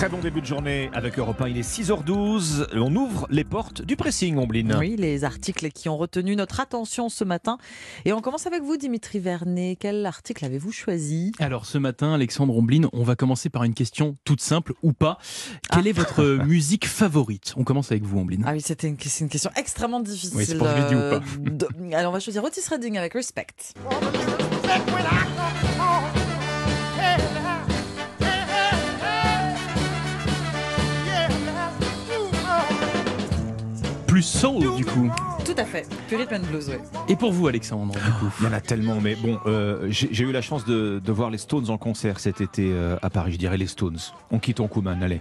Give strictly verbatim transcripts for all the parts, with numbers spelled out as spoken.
Très bon début de journée avec Europe un, il est six heures douze. On ouvre les portes du pressing, Ombline. Oui, les articles qui ont retenu notre attention ce matin. Et on commence avec vous, Dimitri Vernet. Quel article avez-vous choisi ? Alors ce matin, Alexandre Ombline, on va commencer par une question toute simple ou pas. Quelle Ah. est votre musique favorite ? On commence avec vous, Ombline. Ah oui, c'était une, c'est une question extrêmement difficile. Oui, c'est pour que je l'ai dit ou pas. de- Alors on va choisir Otis Redding avec Respect. Plus soul du coup. Tout à fait, plus rhythm and blues, oui. Et pour vous, Alexandre, du coup ? Il y en a tellement, mais bon, euh, j'ai, j'ai eu la chance de, de voir les Stones en concert cet été euh, à Paris. Je dirais les Stones. On quitte en Kuman, allez.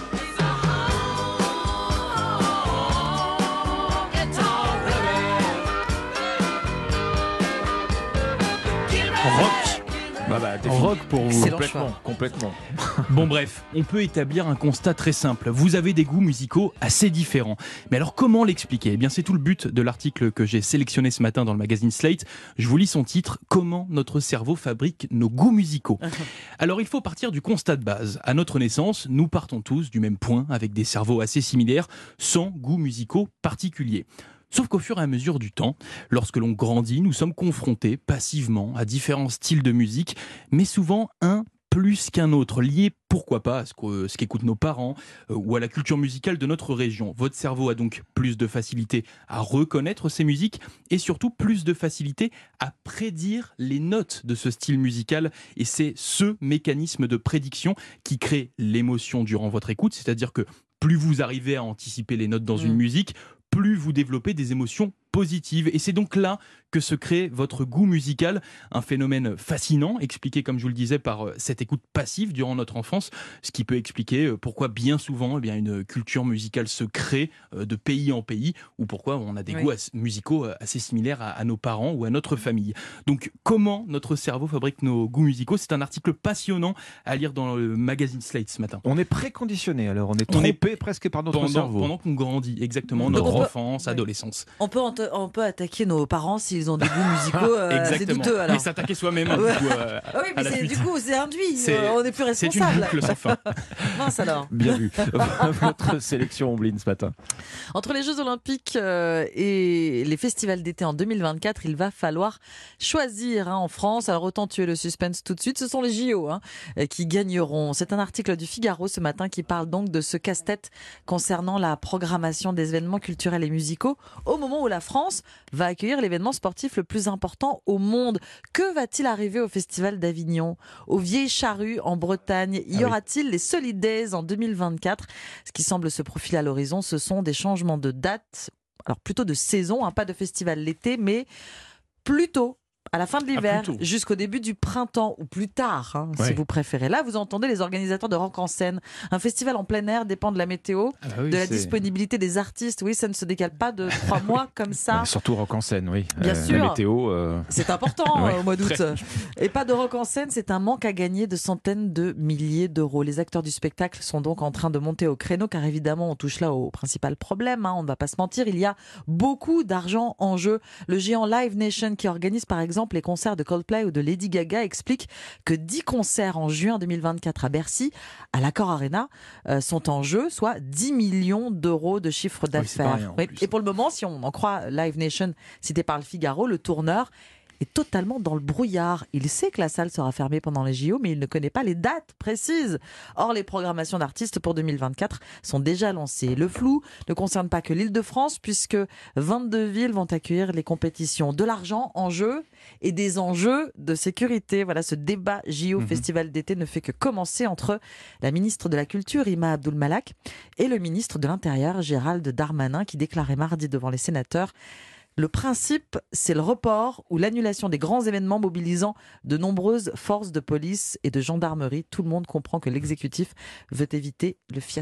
Rock. Bah bah, t'es fini. Rock pour vous. Excellent. Complètement, choix. complètement. Bon bref, on peut établir un constat très simple. Vous avez des goûts musicaux assez différents. Mais alors comment l'expliquer ? Eh bien c'est tout le but de l'article que j'ai sélectionné ce matin dans le magazine Slate. Je vous lis son titre, Comment notre cerveau fabrique nos goûts musicaux. Alors il faut partir du constat de base. À notre naissance, nous partons tous du même point avec des cerveaux assez similaires, sans goûts musicaux particuliers. Sauf qu'au fur et à mesure du temps, lorsque l'on grandit, nous sommes confrontés passivement à différents styles de musique, mais souvent un plus qu'un autre, lié pourquoi pas à ce, que, ce qu'écoutent nos parents euh, ou à la culture musicale de notre région. Votre cerveau a donc plus de facilité à reconnaître ces musiques et surtout plus de facilité à prédire les notes de ce style musical. Et c'est ce mécanisme de prédiction qui crée l'émotion durant votre écoute, c'est-à-dire que plus vous arrivez à anticiper les notes dans Mmh. une musique, plus vous développez des émotions positives. Et c'est donc là que se crée votre goût musical, un phénomène fascinant, expliqué, comme je vous le disais, par cette écoute passive durant notre enfance, ce qui peut expliquer pourquoi bien souvent eh bien, une culture musicale se crée de pays en pays, ou pourquoi on a des Oui. goûts as- musicaux assez similaires à, à nos parents ou à notre famille. Donc, comment notre cerveau fabrique nos goûts musicaux ? C'est un article passionnant à lire dans le magazine Slate ce matin. On est préconditionné, alors on est On est trompé presque par notre Pendant, cerveau. pendant qu'on grandit, exactement, Donc notre on peut- enfance, Ouais. adolescence. On peut, anta- on peut attaquer nos parents s'ils ont des goûts musicaux euh, assez Exactement. douteux alors. Mais s'attaquer soi-même, Ouais. du coup, euh, Ah oui, à mais la c'est- suite. du coup c'est induit, C'est- euh, on est plus C'est une responsable. boucle sans fin. Mince alors. Bien vu. Votre sélection, Ombline, ce matin. Entre les Jeux Olympiques euh, et les festivals d'été en deux mille vingt-quatre, il va falloir choisir hein, en France. Alors autant tuer le suspense tout de suite, ce sont les J O hein, euh, qui gagneront. C'est un article du Figaro ce matin qui parle donc de ce casse-tête concernant la programmation des événements culturels et musicaux au moment où la France va accueillir l'événement sportif le plus important au monde. Que va-t-il arriver au Festival d'Avignon, aux Vieilles Charrues en Bretagne ? Y Ah oui. aura-t-il les Solid Days en deux mille vingt-quatre ? Ce qui semble se profiler à l'horizon, ce sont des changements de date, alors plutôt de saison, hein, pas de festival l'été, mais plutôt à la fin de l'hiver, plus tôt. jusqu'au début du printemps, ou plus tard, hein, si Ouais. vous préférez. Là, vous entendez les organisateurs de Rock en scène. Un festival en plein air dépend de la météo, Ah bah oui, de la c'est- disponibilité des artistes. Oui, ça ne se décale pas de trois mois comme ça. Ouais, surtout rock en scène, oui. Bien Euh, sûr. La météo. euh, C'est important Ouais, euh, au mois d'août. très. Et pas de rock en scène, c'est un manque à gagner de centaines de milliers d'euros. Les acteurs du spectacle sont donc en train de monter au créneau, car évidemment, on touche là au principal problème. Hein, on ne va pas se mentir, il y a beaucoup d'argent en jeu. Le géant Live Nation, qui organise par exemple les concerts de Coldplay ou de Lady Gaga, explique que dix concerts en juin deux mille vingt-quatre à Bercy, à l'Accor Arena, euh, sont en jeu, soit dix millions d'euros de chiffre oui, c'est pas d'affaires. rien, en Oui. plus. Et pour le moment, si on en croit Live Nation, cité par le Figaro, le tourneur est totalement dans le brouillard. Il sait que la salle sera fermée pendant les J O, mais il ne connaît pas les dates précises. Or, les programmations d'artistes pour deux mille vingt-quatre sont déjà lancées. Le flou ne concerne pas que l'Île-de-France, puisque vingt-deux villes vont accueillir les compétitions. De l'argent en jeu et des enjeux de sécurité. Voilà, ce débat J O Mhm. Festival d'été ne fait que commencer entre la ministre de la Culture, Rima Abdul Malak, et le ministre de l'Intérieur, Gérald Darmanin, qui déclarait mardi devant les sénateurs: le principe, c'est le report ou l'annulation des grands événements mobilisant de nombreuses forces de police et de gendarmerie. Tout le monde comprend que l'exécutif veut éviter le fiasco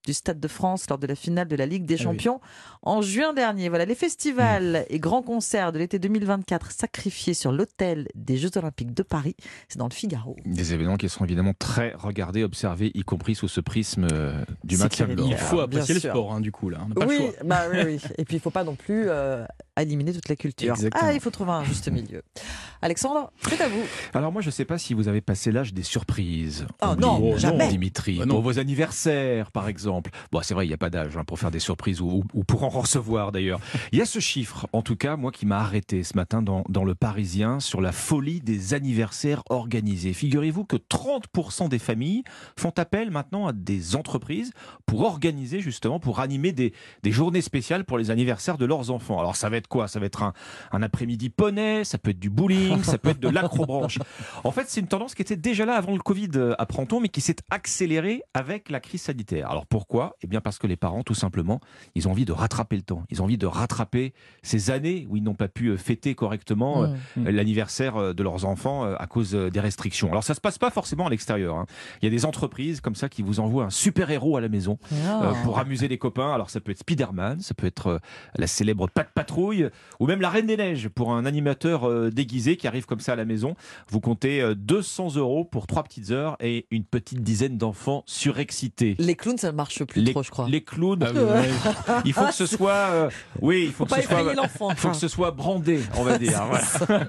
du Stade de France lors de la finale de la Ligue des Ah Champions en juin dernier. Voilà, les festivals et grands concerts de l'été deux mille vingt-quatre sacrifiés sur l'autel des Jeux Olympiques de Paris. C'est dans le Figaro. Des événements qui seront évidemment très regardés, observés, y compris sous ce prisme euh, du maintien de l'ordre. Il faut apprécier le sûr. sport, hein, du coup, là. On n'a pas Oui, le choix. bah oui, oui. Et puis il ne faut pas non plus euh, éliminer toute la culture. Exactement. Ah, il faut trouver un juste milieu. Alexandre, c'est à vous. Alors moi, je ne sais pas si vous avez passé l'âge des surprises. Oh Oublie- non, Oh jamais. Dimitri, Bah non. pour vos anniversaires, par exemple. Bon, c'est vrai, il n'y a pas d'âge hein, pour faire des surprises ou, ou- ou pour en recevoir d'ailleurs. Il y a ce chiffre, en tout cas, moi qui m'a arrêté ce matin dans, dans Le Parisien sur la folie des anniversaires organisés. Figurez-vous que trente pour cent des familles font appel maintenant à des entreprises pour organiser justement, pour animer des, des journées spéciales pour les anniversaires de leurs enfants. Alors ça va être quoi ? Ça va être un, un après-midi poney, ça peut être du bowling, ça peut être de l'acrobranche. En fait, c'est une tendance qui était déjà là avant le Covid, euh, apprend-on, mais qui s'est accélérée avec la crise sanitaire. Alors pourquoi ? Eh bien parce que les parents, tout simplement, ils ont envie de rattraper le temps. Ils ont envie de rattraper ces années où ils n'ont pas pu euh, fêter correctement euh, Mmh. l'anniversaire euh, de leurs enfants euh, à cause euh, des restrictions. Alors ça se passe pas forcément à l'extérieur, hein. Il y a des entreprises comme ça qui vous envoient un super-héros à la maison Ah. euh, pour amuser les copains. Alors ça peut être Spider-Man, ça peut être euh, la célèbre Pat Patrouille, ou même la Reine des Neiges pour un animateur euh, déguisé qui arrive comme ça à la maison. Vous comptez euh, deux cents euros pour trois petites heures et une petite dizaine d'enfants surexcités. Les clowns, ça ne marche plus Les, trop, je crois. les clowns, Ah oui, ouais. il faut que ce soit, euh, oui, il faut, Faut que pas ce soit, effrayer l'enfant. il faut que ce soit brandé, on va dire. Voilà.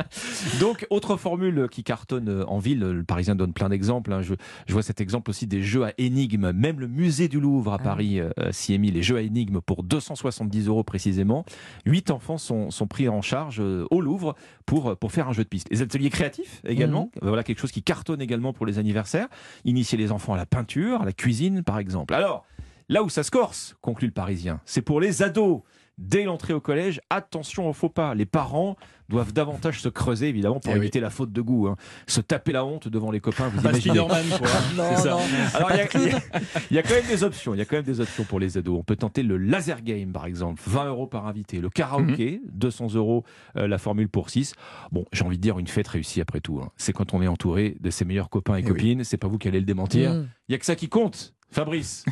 Donc, autre formule qui cartonne en ville, le Parisien donne plein d'exemples. hein. Je, je vois cet exemple aussi des jeux à énigmes. Même le musée du Louvre à Ah. Paris euh, s'y est mis, les jeux à énigmes pour deux cent soixante-dix euros précisément. Huit enfants sont, sont pris en charge euh, au Louvre pour, pour faire un jeu de piste. Les ateliers créatifs également, Mhm. voilà quelque chose qui cartonne également pour les anniversaires. Initier les enfants à la peinture, à la cuisine par exemple. Alors, là où ça se corse, conclut le Parisien, c'est pour les ados. Dès l'entrée au collège, attention au faux pas. Les parents doivent davantage se creuser, évidemment, pour Eh éviter la faute de goût. hein. Se taper la honte devant les copains, vous Pas imaginez. Spider-Man, quoi. Non, C'est ça. non. Alors, il y, a- il y a- il y a quand même des options. Il y a quand même des options pour les ados. On peut tenter le laser game, par exemple, vingt euros par invité. Le karaoké, deux cents euros euh, la formule pour six. Bon, j'ai envie de dire une fête réussie après tout. hein. C'est quand on est entouré de ses meilleurs copains et, Eh copines. C'est pas vous qui allez le démentir. Il Mmh. y a que ça qui compte, Fabrice.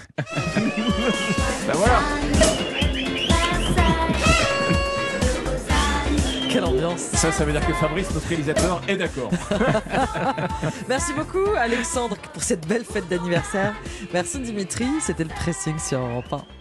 Ben voilà. Quelle ambiance. Ça, ça veut dire que Fabrice, notre réalisateur, est d'accord. Merci beaucoup, Alexandre, pour cette belle fête d'anniversaire. Merci, Dimitri. C'était le pressing sur Europe un.